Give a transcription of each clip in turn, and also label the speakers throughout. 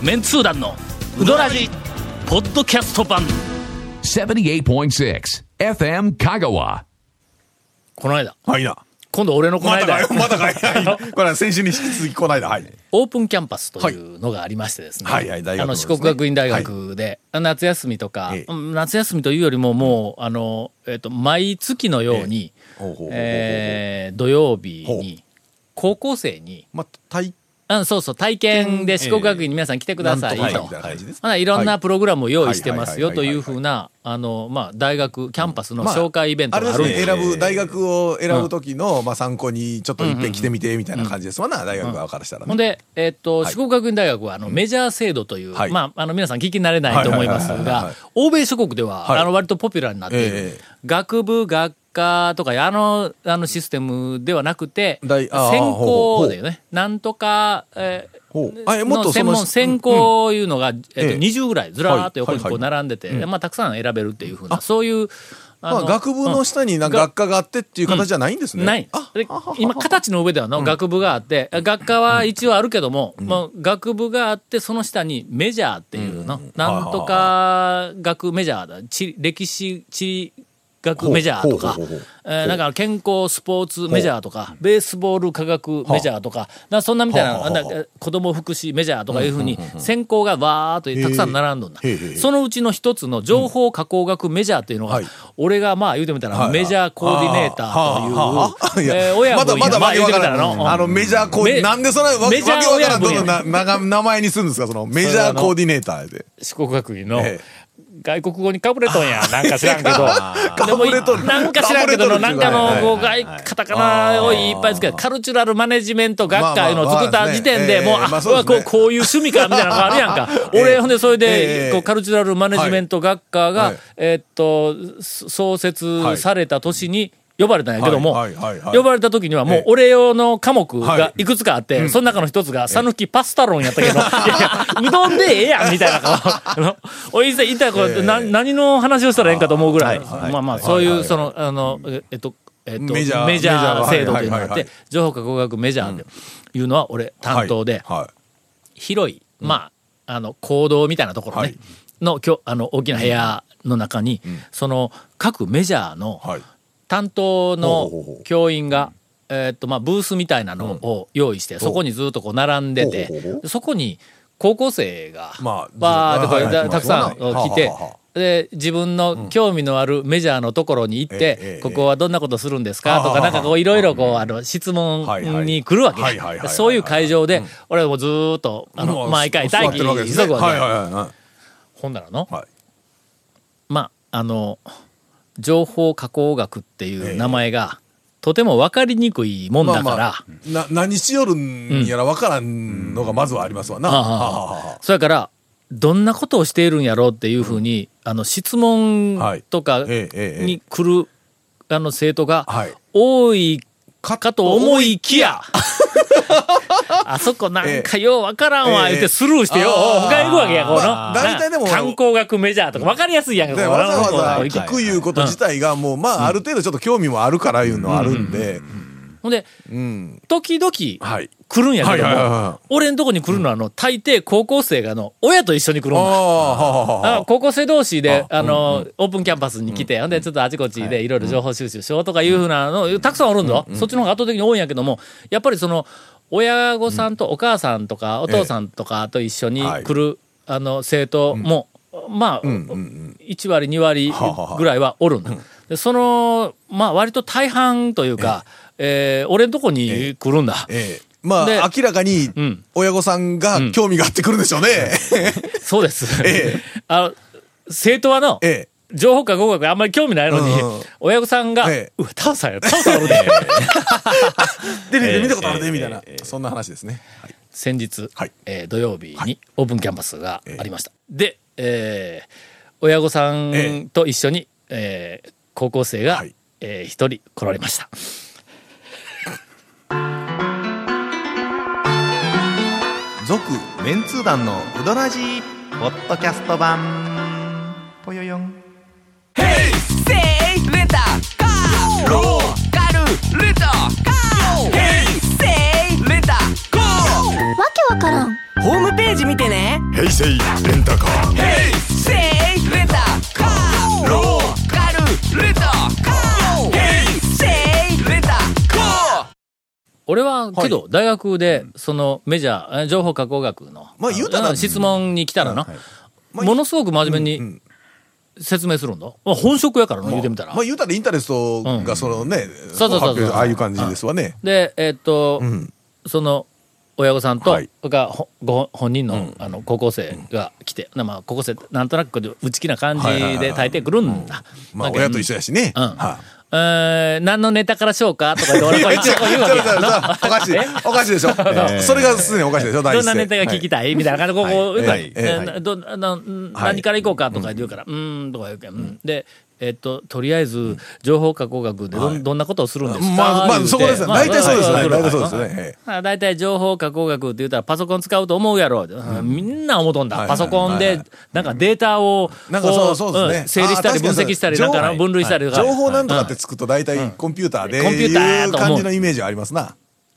Speaker 1: メンツー団のウドラジポッドキャスト版
Speaker 2: 78.6 FM 香川。
Speaker 1: この間
Speaker 3: はいな。
Speaker 1: 今度俺のこの間
Speaker 3: まだかい。これは先週に引き続きこの間、はい。
Speaker 1: オープンキャンパスというのがありましてですね、
Speaker 3: はいはい大学のですね
Speaker 1: 四国学院大学で、夏休みとか、
Speaker 3: ええ
Speaker 1: 夏休みというよりももう毎月のように、
Speaker 3: ほうほうほうほう
Speaker 1: 土曜日に高校生に
Speaker 3: まあ、体
Speaker 1: そうそう体験で四国学院に皆さん来てくださいと、
Speaker 3: なんとかみたいな感じです。
Speaker 1: いろんなプログラムを用意してますよ
Speaker 3: はい
Speaker 1: というふうな大学キャンパスの紹介イベント
Speaker 3: あれ
Speaker 1: があるんですよ。
Speaker 3: ですね、大学を選ぶ時の、参考にちょっと一遍来てみてみたいな感じですわな、大学側からしたらね。
Speaker 1: ほんで、四国学院大学はメジャー制度という、
Speaker 3: はい
Speaker 1: 皆さん聞き慣れないと思いますが、欧米諸国では、
Speaker 3: はい
Speaker 1: 割とポピュラーになっている、学部学科とかシステムではなくて専攻だよね。なんとか、
Speaker 3: ほうもっと
Speaker 1: 専攻いうのが、20ぐらいずらーっと横にこう
Speaker 3: はいはい
Speaker 1: 並んでて、たくさん選べるっていうふうな、そういう
Speaker 3: 学部の下に学科があってっていう形じゃないんですね。
Speaker 1: ない。で今、形の上ではの学部があって、学科は一応あるけども、学部があって、その下にメジャーっていうの、なんとか学メジャーだ、歴史、地学メジャーとか、なんか健康スポーツメジャーとか、ベースボール科学メジャーとか、そんなみたいな、子供福祉メジャーとかいうふうに、専攻がわーっとたくさん並んどんだ。そのうちの一つの情報加工学メジャーっていうのが、俺が言うてみたら、メジャーコーディネーターという、親分
Speaker 3: まだ
Speaker 1: 言うてみたらの、
Speaker 3: メジャーコーディなんでそれわけわからんどの名前にするんですか、そのメジャーコーディネーターで。
Speaker 1: 四国学院の、外国語にかぶれとんや。なんか知らんけど。でも、なんか知らんけどの、なんかの、カタカナをいっぱいつけて、カルチュラルマネジメント学会の作った時点で、もう、こういう趣味か、みたいなのがあるやんか。俺、ほんで、それで、カルチュラルマネジメント学科が、創設された年に、呼ばれたんやけども、呼ばれた時にはもう俺用の科目がいくつかあって、その中の一つが、讃岐パスタロンやったけど、いやいや、うどんでええやんみたいな顔。おいさん、一体これ、何の話をしたらええんかと思うぐらい、そういう、メジャー制度というのがあって、情報加工学メジャーというのは俺担当で、広い、講堂みたいなところね、の大きな部屋の中に、その各メジャーの、担当の教員が、ブースみたいなのを用意して、そこにずっとこう並んでて、そこに高校生が、バーってこうたくさん来て、で、自分の興味のあるメジャーのところに行って、ここはどんなことするんですかとか、なんかこういろいろこう、質問に来るわけ。そういう会場で、俺もずーっと、毎回待機急ぐわけ。ほんならの、情報加工学っていう名前がとても分かりにくいもんだから、
Speaker 3: 何しよるんやら分からんのがまずはありますわな。
Speaker 1: それからどんなことをしているんやろうっていうふうに、質問とかに来る生徒が多いかと思いきやあそこなんかようわからんわ言ってスルーしてよ、他行くわけや、この
Speaker 3: 大体でも
Speaker 1: 観光学メジャーとか分かりやすいやんか、
Speaker 3: わざわざ聞くいうこと自体がもうある程度ちょっと興味もあるからいうのはあるんで、
Speaker 1: ほんで時々来るんやけども、俺んとこに来るのは大抵高校生が親と一緒に来るんだ。高校生同士でオープンキャンパスに来て、ほんでちょっとあちこちでいろいろ情報収集しようとかいうふうなのたくさんおるんだ。そっちの方が圧倒的に多いんやけども、やっぱりその親御さんとお母さんとかお父さんとかと一緒に来る生徒も1割2割ぐらいはおるんだ。でその割と大半というか、俺んとこに来るんだ。
Speaker 3: 明らかに親御さんが興味があってくるんでしょうね。
Speaker 1: そうです。生徒は情報科合学あんまり興味ないのに、親御さんが、タオさんや、タオさんおるね。
Speaker 3: で、見たことあるね、みたいな。そんな話ですね。
Speaker 1: 先日、土曜日にオープンキャンパスがありました。で、親御さんと一緒に、高校生が一人来られました。
Speaker 4: 続メンツー団のウドラジーポッドキャスト版ぽよよん。
Speaker 5: ヘイセイレンタカーローカルレンタカーヘイセイレンタカー
Speaker 6: わけわからん
Speaker 5: ホームページ見てね。
Speaker 6: 平成レンタカー。
Speaker 5: ヘイセイレンタカー。ローカルレンタカー。ヘイセイレンタカー。
Speaker 1: 俺は、けど、大学で、その、メジャー、情報加工学の、
Speaker 3: まあ言うたら
Speaker 1: 質問に来たらな、
Speaker 3: まあ
Speaker 1: ものすごく真面目に説明するんだ。まあ本職やからな、言うてみたら。
Speaker 3: まあ言うたらインタレストがそのね、
Speaker 1: そうそうそうそう
Speaker 3: ああいう感じですわね。
Speaker 1: で、その、親御さんと、
Speaker 3: はい
Speaker 1: が本人の、高校生が来て、まあ高校生なんとなく内気な感じで大抵来るんだ。
Speaker 3: まあ親と一緒やしね。
Speaker 1: 何のネタからしようかとか言って俺は一応言うわけや
Speaker 3: おかしい。おかしいでしょ。それがすでにおかしいでしょ、
Speaker 1: どんなネタが聞きたいみたいな感じで、こう、言うから
Speaker 3: はい
Speaker 1: 何から行こうかとか言うから、とか言うけん。で、とりあえず、情報加工学でどんなことをするんですか。
Speaker 3: まあそこですね。大体そうですね。大体そうですね。
Speaker 1: 大体情報加工学って言ったらパソコン使うと思うやろ。みんな思うとんだ。パソコンで、なんかデータを、整理したり分析したり、なんか分類したりとか。
Speaker 3: 情報なんとかってつくと大体コンピューターでいう感じのイメージはありますな。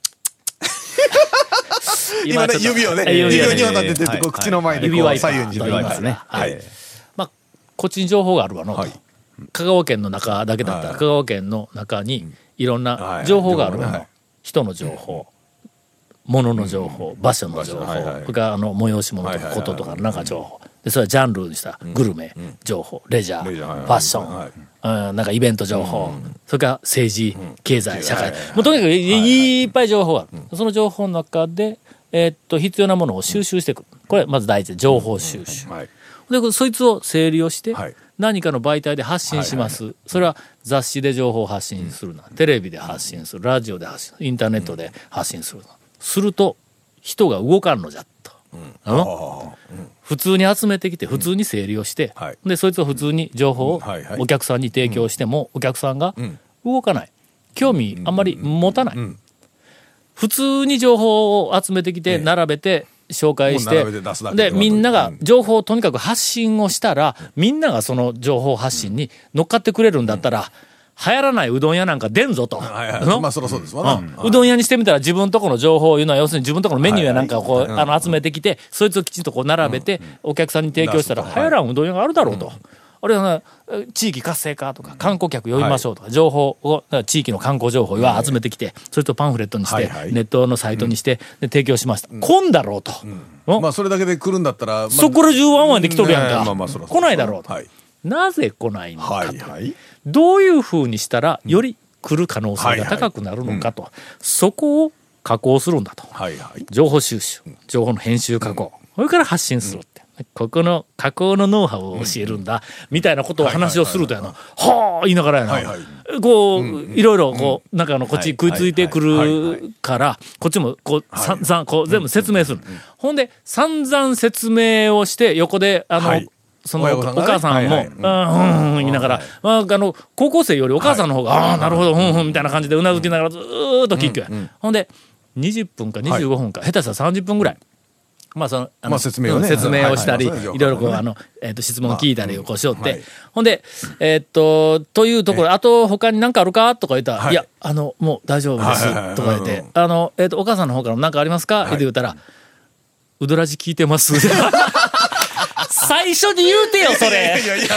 Speaker 3: 今ね、指をね、指を2本立てて、口の前で左右に指を
Speaker 1: ますね。まあ、こっちに情報があるわの。香川県の中だけだったら、香川県の中にいろんな情報があるの。人の情報、物の情報、場所の情報、それから催し物とかこととかなんか情報。で、それはジャンルにしたグルメ、情報、レジャー、ファッション、なんかイベント情報、それから政治、経済、社会。もうとにかくいっぱい情報がある。その情報の中で、必要なものを収集していく。これまず第一で情報収集。で、そいつを整理をして、何かの媒体で発信します。それは雑誌で情報を発信するな。テレビで発信する。ラジオで発信する。インターネットで発信するな。すると、人が動かんのじゃと。普通に集めてきて、普通に整理をして、で、そいつを普通に情報をお客さんに提供しても、お客さんが動かない。興味あんまり持たない。普通に情報を集めてきて、並べて、紹介して、で、みんなが情報をとにかく発信をしたら、みんながその情報発信に乗っかってくれるんだったら、流行らないうどん屋なんか出んぞと。
Speaker 3: まあそりゃそうですわな。
Speaker 1: うどん屋にしてみたら自分とこの情報をいうのは、要するに自分とこのメニューやなんかをこう、集めてきて、そいつをきちんとこう並べて、お客さんに提供したら、流行らんうどん屋があるだろうと。あるいは地域活性化とか観光客呼びましょうとか、情報を地域の観光情報を集めてきて、それとパンフレットにして、ネットのサイトにしてで提供しました。来んだろうと。
Speaker 3: まあそれだけで来るんだったら、
Speaker 1: そこら中ワンワンで来とるやんか。来ないだろうと。なぜ来ないのかと。どういうふうにしたらより来る可能性が高くなるのかと。そこを加工するんだと。情報収集、情報の編集加工、それから発信するって。ここの加工のノウハウを教えるんだ、みたいなことを話をするとやな、はあ言いながらやな、こう、いろいろこう、なんかこっち食いついてくるから、こっちもこう、こう全部説明する。ほんで、散々説明をして、横で、そのお母さんも、言いながら、高校生よりお母さんの方が、ああ、なるほど、みたいな感じでうなずきながらずーっと聞くや。ほんで、20分か25分か、下手したら30分ぐらい。まあその、説明をしたり、いろいろこう、質問聞いたりをこうしよって。ほんで、というところ、あと他に何かあるかとか言ったら、いや、もう大丈夫です。とか言って、お母さんの方から何かありますかって言ったら、うどらじ聞いてます。最初に言うてよ、それ。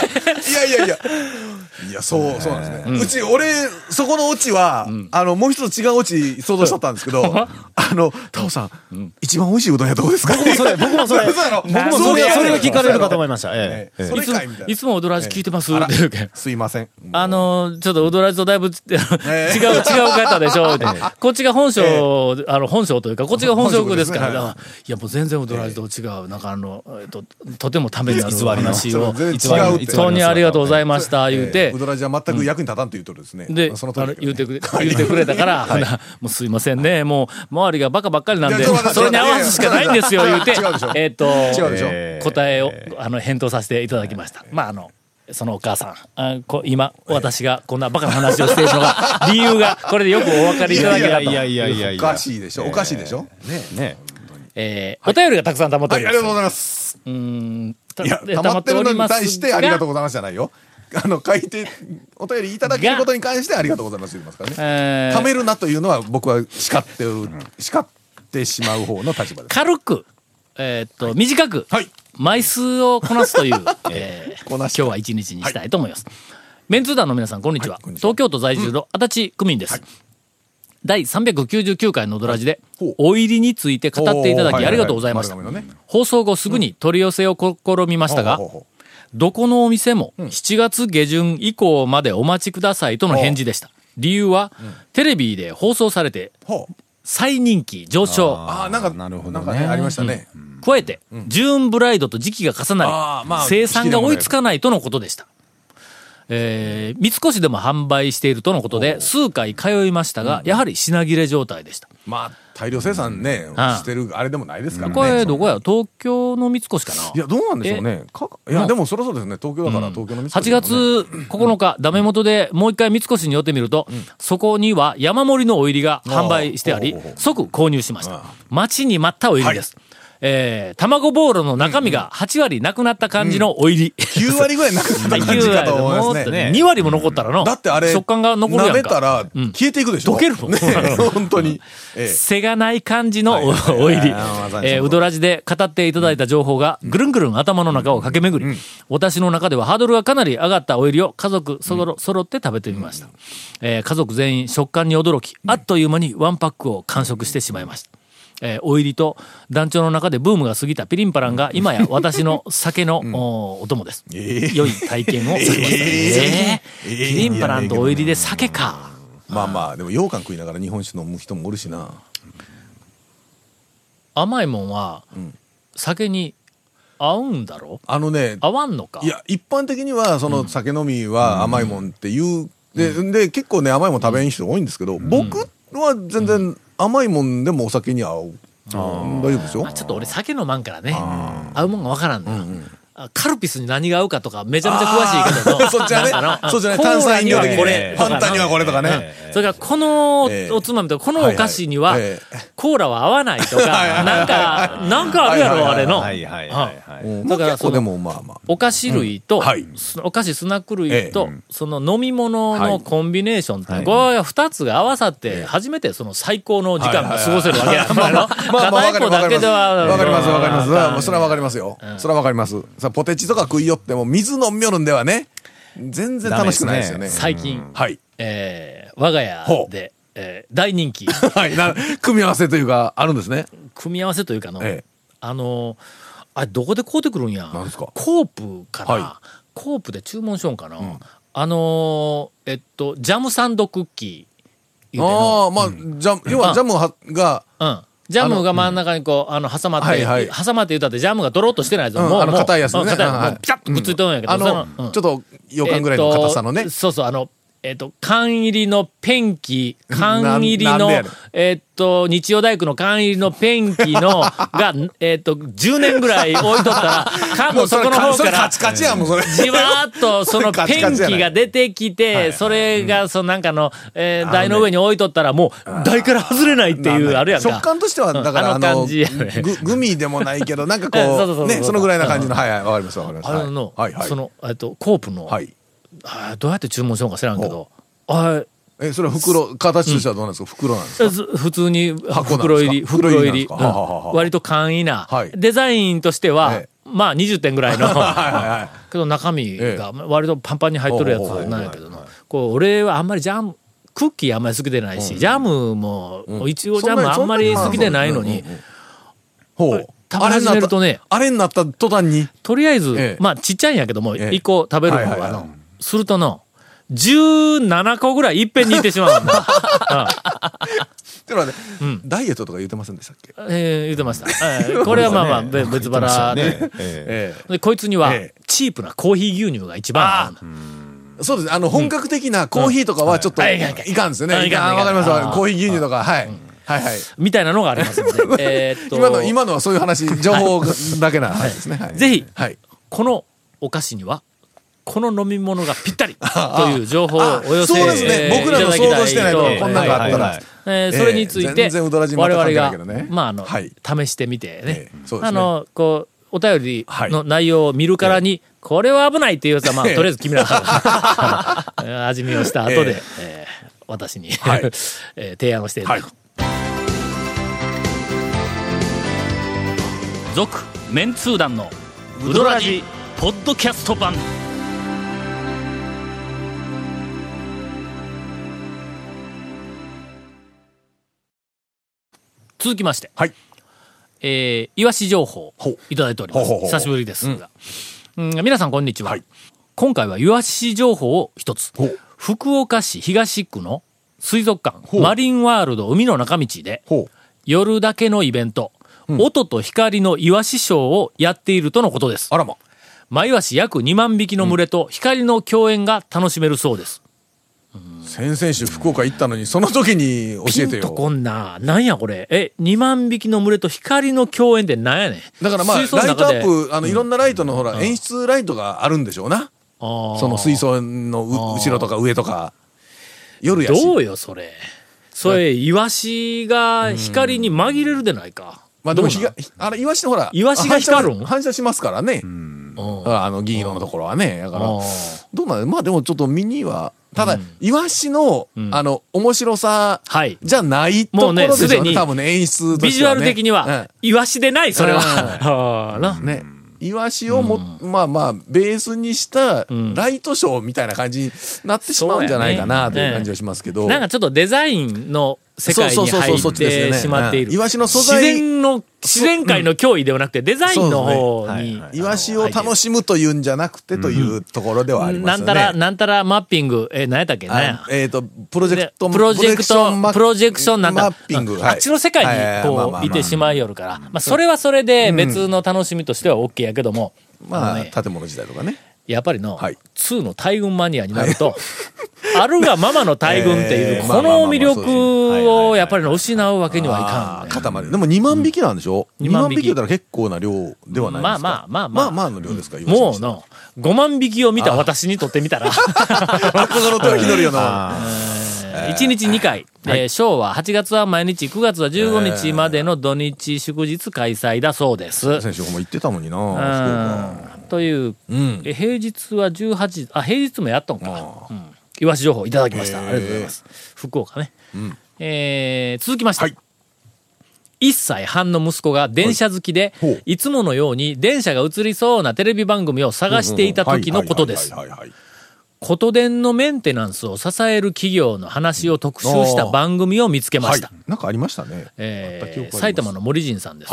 Speaker 3: いや、そうなんですね。俺、そこのオチは、もう一つ違うオチ想像しとったんですけど、タオさん、一番美味しいうどん屋どこですか？
Speaker 7: 僕もそれを聞かれるかと思いました。
Speaker 1: いつもうどらじ聞いてますって言うけん。
Speaker 3: すいません。
Speaker 1: ちょっとうどらじとだいぶ違う方でしょって。こっちが本性というか、こっちが本職ですから。いや、もう全然うどらじと違う。なんかとてもためになる話を、本当にありがとうございました、言うて。
Speaker 3: うどらじは全く役に立たんというとですね。
Speaker 1: で、言うてくれたから、もうすいませんね、もう、周りがバカばっかりなんで、それに合わすしかないんですよ、言うて、答えを、返答させていただきました。まあ、そのお母さん、今、私がこんなバカな話をしているのが、理由が、これでよくお分かりいただけたと。
Speaker 3: おかしいでしょ、おかしいでしょ。
Speaker 1: ね。お便りがたくさん溜まっております。
Speaker 3: ありがとうございます。いや、溜まってるのに対してありがとうございますじゃないよ。書いて、お便りいただけることに関してありがとうございますと言いますからね。溜めるなというのは僕は叱ってしまう方の立場です。
Speaker 1: 軽く、 短く、枚数をこなすという、
Speaker 3: こなし
Speaker 1: 今日は一日にしたいと思います。メンツー団の皆さん、こんにちは。東京都在住の足立区民です。第399回のドラジで、お入りについて語っていただきありがとうございました。放送後すぐに取り寄せを試みましたが、どこのお店も7月下旬以降までお待ちくださいとの返事でした。理由は、テレビで放送されて、再人気上昇。
Speaker 3: なるほどね。ありましたね。
Speaker 1: 加えて、ジューンブライドと時期が重なり、生産が追いつかないとのことでした。三越でも販売しているとのことで、数回通いましたが、やはり品切れ状態でした。
Speaker 3: 大量生産ね、してる、あれでもないですからね。
Speaker 1: これ、どこや東京の三越かな。
Speaker 3: いや、どうなんでしょうね。いや、でもそりゃそうですね。東京だから東京の三越。
Speaker 1: 8月9日、ダメ元でもう一回三越に寄ってみると、そこには山盛りのお入りが販売してあり、即購入しました。待ちに待ったお入りです。卵ボーロの中身が8割なくなった感じのお入り。
Speaker 3: 9割ぐらいなくなった感じかと思いますね。
Speaker 1: 2割も残ったらの。
Speaker 3: だってあれ、
Speaker 1: 食感が残るやんか。
Speaker 3: 舐めたら消えていくでしょ。
Speaker 1: 溶けるもん。
Speaker 3: 本当に。
Speaker 1: 背がない感じのお入り。うどらじで語っていただいた情報がぐるんぐるん頭の中を駆け巡り、私の中ではハードルがかなり上がったお入りを家族揃って食べてみました。家族全員食感に驚き、あっという間にワンパックを完食してしまいました。お入りと団長の中でブームが過ぎたピリンパランが今や私の酒のお供です。良い体験をされました。ピリンパランとお入りで酒か。
Speaker 3: でも羊羹食いながら日本酒飲む人もおるしな。
Speaker 1: 甘いもんは酒に合うんだろう。合わんのか。
Speaker 3: いや、一般的にはその酒飲みは甘いもんっていうで結構ね甘いもん食べん人多いんですけど、僕は全然甘いもんでもお酒に合う。大丈夫ですよ。
Speaker 1: ちょっと俺酒飲まんからね。合うもんがわからんのよ。カルピスに何が合うかとかめちゃめちゃ詳しいけども。
Speaker 3: そっちはね。そうじゃない。炭酸飲料的に。ファンタにはこれとかね。
Speaker 1: それからこのおつまみとかこのお菓子にはコーラは合わないとか、なんかあるやろ、あれの。だからそのお菓子類と、お菓子スナック類と、その飲み物のコンビネーションって、これ2つが合わさって初めてその最高の時間が過ごせるわけや。片一方だけでは。
Speaker 3: わかります、わかります。それはわかりますよ。それはわかります。ポテチとか食いよっても水飲みよるんではね、全然楽しくないですよね。
Speaker 1: 最近、我が家で、大人気。
Speaker 3: 組み合わせというか、あるんですね。
Speaker 1: 組み合わせというかの、あれどこで買うてくるんや。コープかな。コープで注文しようかな。ジャムサンドクッキー。
Speaker 3: 要はジャムが、
Speaker 1: ジャムが真ん中にこう、挟まって、挟まって言ったってジャムがドロッとしてないぞ。もう、
Speaker 3: 硬いやつね。
Speaker 1: ピャッとくっついてるんやけど、
Speaker 3: ちょっと、羊羹ぐらいの硬さのね。
Speaker 1: そうそう、缶入りのペンキ、缶入りの、日曜大工の缶入りのペンキの、が、10年ぐらい置いとったら、缶の底の方から、じわーっとそのペンキが出てきて、それが、そのなんかの、台の上に置いとったら、もう、台から外れないっていう、あるやんか。
Speaker 3: 食感としては、だから、グミでもないけど、なんかこう、ね、そのぐらいな感じの、はいはい、わかります、わかります。
Speaker 1: その、コープの、どうやって注文しようか知らんけど。
Speaker 3: それは袋、形としてはどうなんですか？袋なんですか？
Speaker 1: 普通に袋入り。割と簡易な。デザインとしては、まあ20点ぐらいの。けど中身が割とパンパンに入っとるやつなんやけどな。俺はあんまりクッキーあんまり好きでないし、ジャムも、いちごジャムあんまり好きでないのに、食べ始めるとね、
Speaker 3: あれになった途端に。
Speaker 1: とりあえず、まあちっちゃいんやけども、1個食べるのが、するとの、17個ぐらいいっぺんにいってしまうんだ。
Speaker 3: ってのはね、ダイエットとか言ってませんでしたっけ？
Speaker 1: 言ってました。これはまあまあ別腹で。こいつにはチープなコーヒー牛乳が一番合
Speaker 3: う。そうです。本格的なコーヒーとかはちょっといかんですよね。わかります。コーヒー牛乳とか、はい。
Speaker 1: みたいなのがありますので。
Speaker 3: 今のはそういう話、情報だけなんですね。
Speaker 1: ぜひ、このお菓子には、この飲み物がぴったりという情報をお寄せいただきたいと。
Speaker 3: 僕らの想像してないとこんなのがあったら。
Speaker 1: それについて、我々が、まあ、試してみてね。こう、お便りの内容を見るからに、これは危ないっていうやつは、まあ、とりあえず君らが味見をした後で、私に提案をしていると。 続メンツー団のウドラジポッドキャスト版。続きまして、
Speaker 3: はい。
Speaker 1: イワシ情報いただいております。久しぶりですが、皆さんこんにちは。今回はイワシ情報を一つ。福岡市東区の水族館マリンワールド海の中道で夜だけのイベント、音と光のイワシショーをやっているとのことです。
Speaker 3: あらま。
Speaker 1: マイワシ約2万匹の群れと光の共演が楽しめるそうです。
Speaker 3: 先々週福岡行ったのにその時に教えてよ。
Speaker 1: ピンとこんな。なんやこれ。2万匹の群れと光の共演ってなんやねん。
Speaker 3: だからまあライトアップいろんなライトのほら、演出ライトがあるんでしょうな。その水槽の後ろとか上とか夜やし。
Speaker 1: どうよそれ。それイワシが光に紛れるでないか。
Speaker 3: まあでもあれイワシのほら
Speaker 1: イワシが光るん
Speaker 3: 反射しますからね。銀色のところはね。だからどうなん。まあでもちょっと見には。ただ、イワシの、面白さじゃないところでしょうね。もうね、すでに、多分ね、演出としてはね。
Speaker 1: ビジュアル的には、イワシでない、それは。
Speaker 3: ね。イワシをまあまあ、ベースにしたライトショーみたいな感じになってしまうんじゃないかなという感じはしますけど。
Speaker 1: なんかちょっとデザインの世界に入ってしまっている。
Speaker 3: イワシの素材。
Speaker 1: 自然界の脅威ではなくてデザインの方に。
Speaker 3: イワシを楽しむというんじゃなくてというところではありますよね。
Speaker 1: なんたらマッピング、何やったっけね。
Speaker 3: プロジェクシ
Speaker 1: ョンなんだ。
Speaker 3: マッピング。
Speaker 1: あっちの世界にこういてしまいよるから。まあそれはそれで別の楽しみとしては OK やけども。
Speaker 3: まあ建物時代とかね。
Speaker 1: やっぱりの、2の大群マニアになると、あるがままの大群っていう、この魅力をやっぱりの失うわけにはいかん。
Speaker 3: 塊。でも2万匹なんでしょ ?2 万匹だったら結構な量ではないですか。
Speaker 1: まあ
Speaker 3: の量ですか。
Speaker 1: もうの、5万匹を見た私にとってみたら。
Speaker 3: 憧れとはひどるよな。
Speaker 1: 1日2回。昭和8月は毎日、9月は15日までの土日祝日開催だそうです。
Speaker 3: 先週も言ってたのにな。
Speaker 1: という、平日は18、平日もやっとんか。イワシ情報いただきました。ありがとうございます。福岡ね。続きまして。1歳半の息子が電車好きで、いつものように電車が映りそうなテレビ番組を探していた時のことです。こと電のメンテナンスを支える企業の話を特集した番組を見つけました。
Speaker 3: なんかありましたね。
Speaker 1: 埼玉の森仁さんです。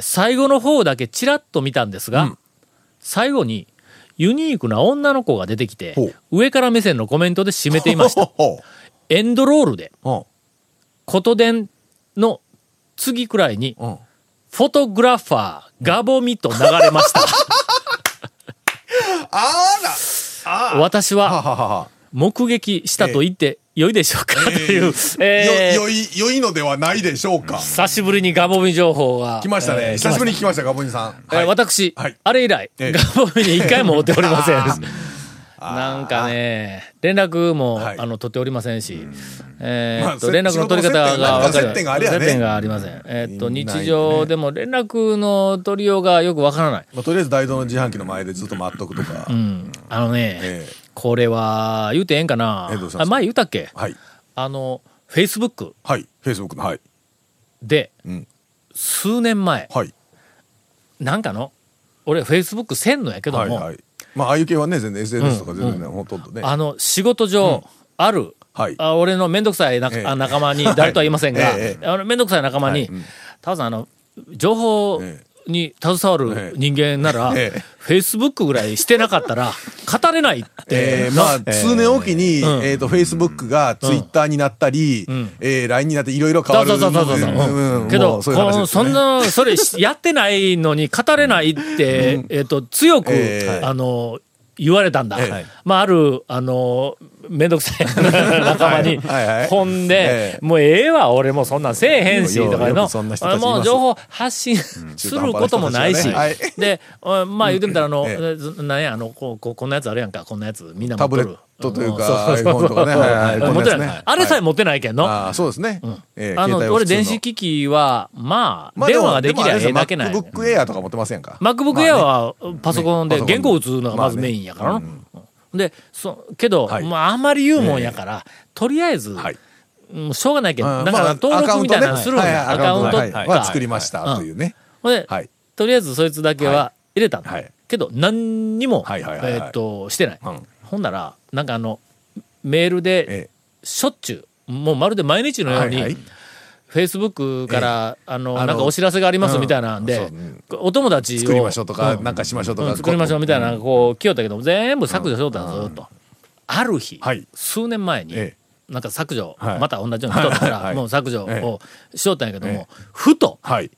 Speaker 1: 最後の方だけチラッと見たんですが、最後にユニークな女の子が出てきて、上から目線のコメントで締めていました。エンドロールで、こと電の次くらいに、フォトグラファー、ガボミと流れました。私は目撃したと言って良いでしょうか、という、
Speaker 3: 良いのではないでしょうか。
Speaker 1: 久しぶりにガボミ情報が
Speaker 3: 来ましたね。久しぶりに来ました、ガボミさん。
Speaker 1: 私、あれ以来、ガボミに一回も追っておりません。なんかね、連絡も、取っておりませんし、連絡の取り方が分かる。接点がありません。日常でも連絡の取りようがよくわからない。
Speaker 3: とりあえず大道の自販機の前でずっと待っとくとか。
Speaker 1: これは、言うてええんかな。前言うたっけ？Facebook。
Speaker 3: はい、Facebook の、
Speaker 1: で、数年前、なんかの、俺 Facebook せんのやけども、
Speaker 3: まあ、ああいう系はね、全然 SNS とか全然ほとんどね。
Speaker 1: 仕事上、ある、俺のめんどくさい仲間に、誰とは言いませんが、めんどくさい仲間に、多分情報に携わる人間なら、Facebook ぐらいしてなかったら、語れないって。
Speaker 3: まあ、数年おきに、Facebook が Twitter になったり、LINE になっていろいろ変わる。
Speaker 1: けど、そんな、それやってないのに語れないって、強く、言われたんだ。まあ、ある、めんどくさい仲間に、ほんで、もうええわ、俺もそんなんせえへんし、とかの、もう情報発信することもないし、で、まあ言うてみたら、なんや、こんなやつあるやんか、こんなやつ、みんな持っとる。
Speaker 3: タブレットというか、iPhone とかね、
Speaker 1: 持ってない。あれさえ持ってないけんの。
Speaker 3: そうですね。
Speaker 1: 俺、電子機器は、まあ、電話ができりゃええだけない。
Speaker 3: MacBook Air とか持ってませんか？
Speaker 1: MacBook Air はパソコンで原稿打つのがまずメインやからの。で、けど、まあ、あんまり言うもんやから、とりあえず、しょうがないけど、だから登録みたいなのするんや。アカウント
Speaker 3: は作りましたというね。
Speaker 1: で、 とりあえずそいつだけは入れたんだ、
Speaker 3: はい、
Speaker 1: けど何にも、してない、ほんならなんかメールでしょっちゅうもうまるで毎日のように、フェイスブックから、なんかお知らせがありますみたいなんで、お友達を
Speaker 3: 作りましょうとか、なんかしましょうとか、
Speaker 1: 作りましょうみたいなこう来よったけど全部削除しよったんですずっと。ある日、数年前に、なんか削除、また同じように来とったから、もう削除をしよったんやけども、ふと、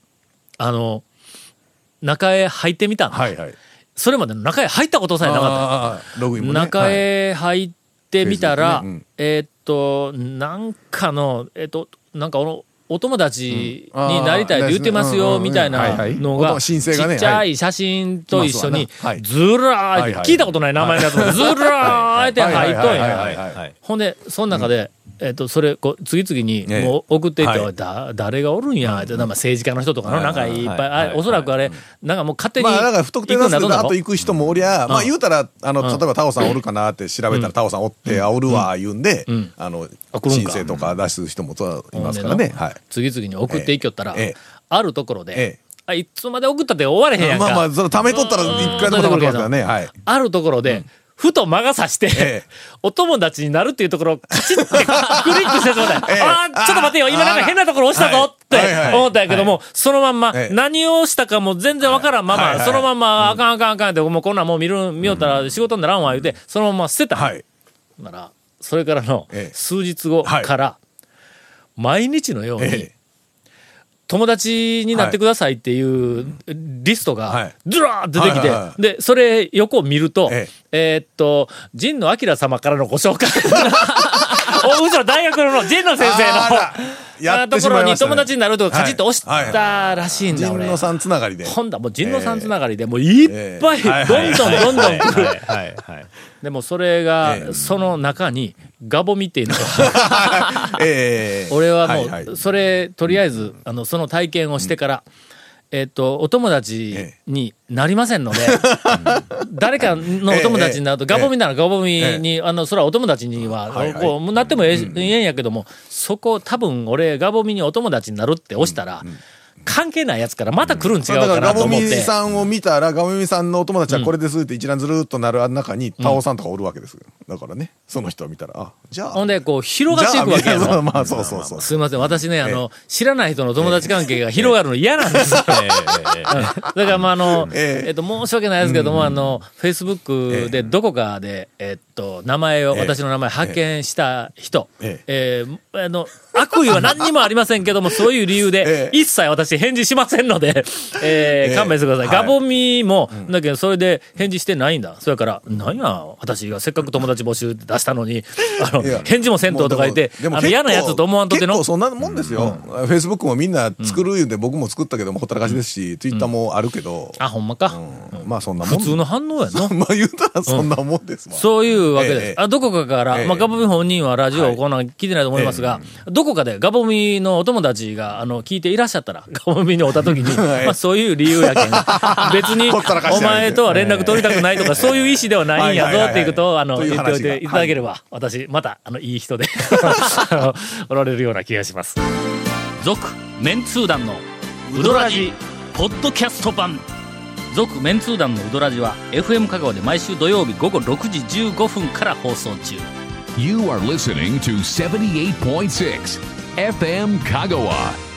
Speaker 1: 中へ入ってみたんだ。それまで中へ入ったことさえなかった。中へ入ってみたら、なんかの、なんかお友達になりたいって言ってますよみたいなのがちっちゃい写真と一緒にずらー聞いたことない名前のやつもずらーって入っとんや。ほんでその中でそれこう次々にもう送っていって誰がおるんやって政治家の人とかのなんかいっぱいおそらくあれなんかもう勝手に
Speaker 3: なんか不特定多数であと行く人もおりゃまあ言うたら例えばタオさんおるかなって調べたらタオさんおっておるわ言うんで申請とか出す人もいますからね。
Speaker 1: 次々に送っていきよったらあるところでいつまで送ったって終われへんやんか。
Speaker 3: まあその貯めとったら一回でも溜まってますからね。
Speaker 1: あるところでふと魔が差して、お友達になるっていうところをカチッてクリックしてしまった。ちょっと待ってよ、今なんか変なところ押したぞって思ったんやけども、そのまんま、何をしたかも全然わからんまま、そのまんま、あかんって、もうこんなんもう見よったら仕事にならんわ言うて、そのまま捨てた。なら、それからの数日後から、毎日のように、友達になってくださいっていうリストがずらーって出てきて、でそれ横を見ると神野明様からのご紹介うちの大学の神野先生のところに友達になるとかカチッと押したらしいんだ。
Speaker 3: 神野さんつながりで
Speaker 1: ほんだもう神野さんつながりでもういっぱいどんどん来る。でもそれがその中にガボミっていうのが俺はもうそれとりあえずその体験をしてからお友達になりませんので誰かのお友達になるとガボミならガボミにそれはお友達にはこうなってもええんやけどもそこ多分俺ガボミにお友達になるって押したら関係ないやつからまた来るん違うかなと思って。
Speaker 3: ガボミさんを見たらガボミさんのお友達はこれですって一覧ずるっとなる中にタオさんとかおるわけです。だからねその人を見たらじゃあ
Speaker 1: ほんでこう広がっていくわけやろ。
Speaker 3: まあそう
Speaker 1: すいません私ね知らない人の友達関係が広がるの嫌なんですよ。だからまあ申し訳ないですけどもフェイスブックでどこかで名前を私の名前発見した人悪意は何にもありませんけどもそういう理由で一切私返事しませんので勘弁してください。ガボミもだけどそれで返事してないんだ。それから何や私がせっかく友達募集って出したのに返事もせんととか言って嫌なやつと思わんとっての。
Speaker 3: 結構そんなもんですよ。フェイスブックもみんな作る言うんで僕も作ったけどもほったらかしですしツイッターもあるけど
Speaker 1: ほんまか
Speaker 3: まあそんなもん
Speaker 1: 普通の反応やな。
Speaker 3: まあ言うたらそんなもんですわ。
Speaker 1: そういうわけです。どこかからガボミ本人はラジオをこんなん聞いてないと思いますがどこかでガボミのお友達が聞いていらっしゃったらガボミに会った時にまあそういう理由やけん別にお前とは連絡取りたくないとかそういう意思ではないんやぞっていうことを言っておいていただければ私またいい人でおられるような気がします。続メンツー団のウドラジポッドキャスト版続メンツー団のウドラジは FM 香川で毎週土曜日午後6時15分から放送中。
Speaker 2: You are listening to 78.6 FM 香川。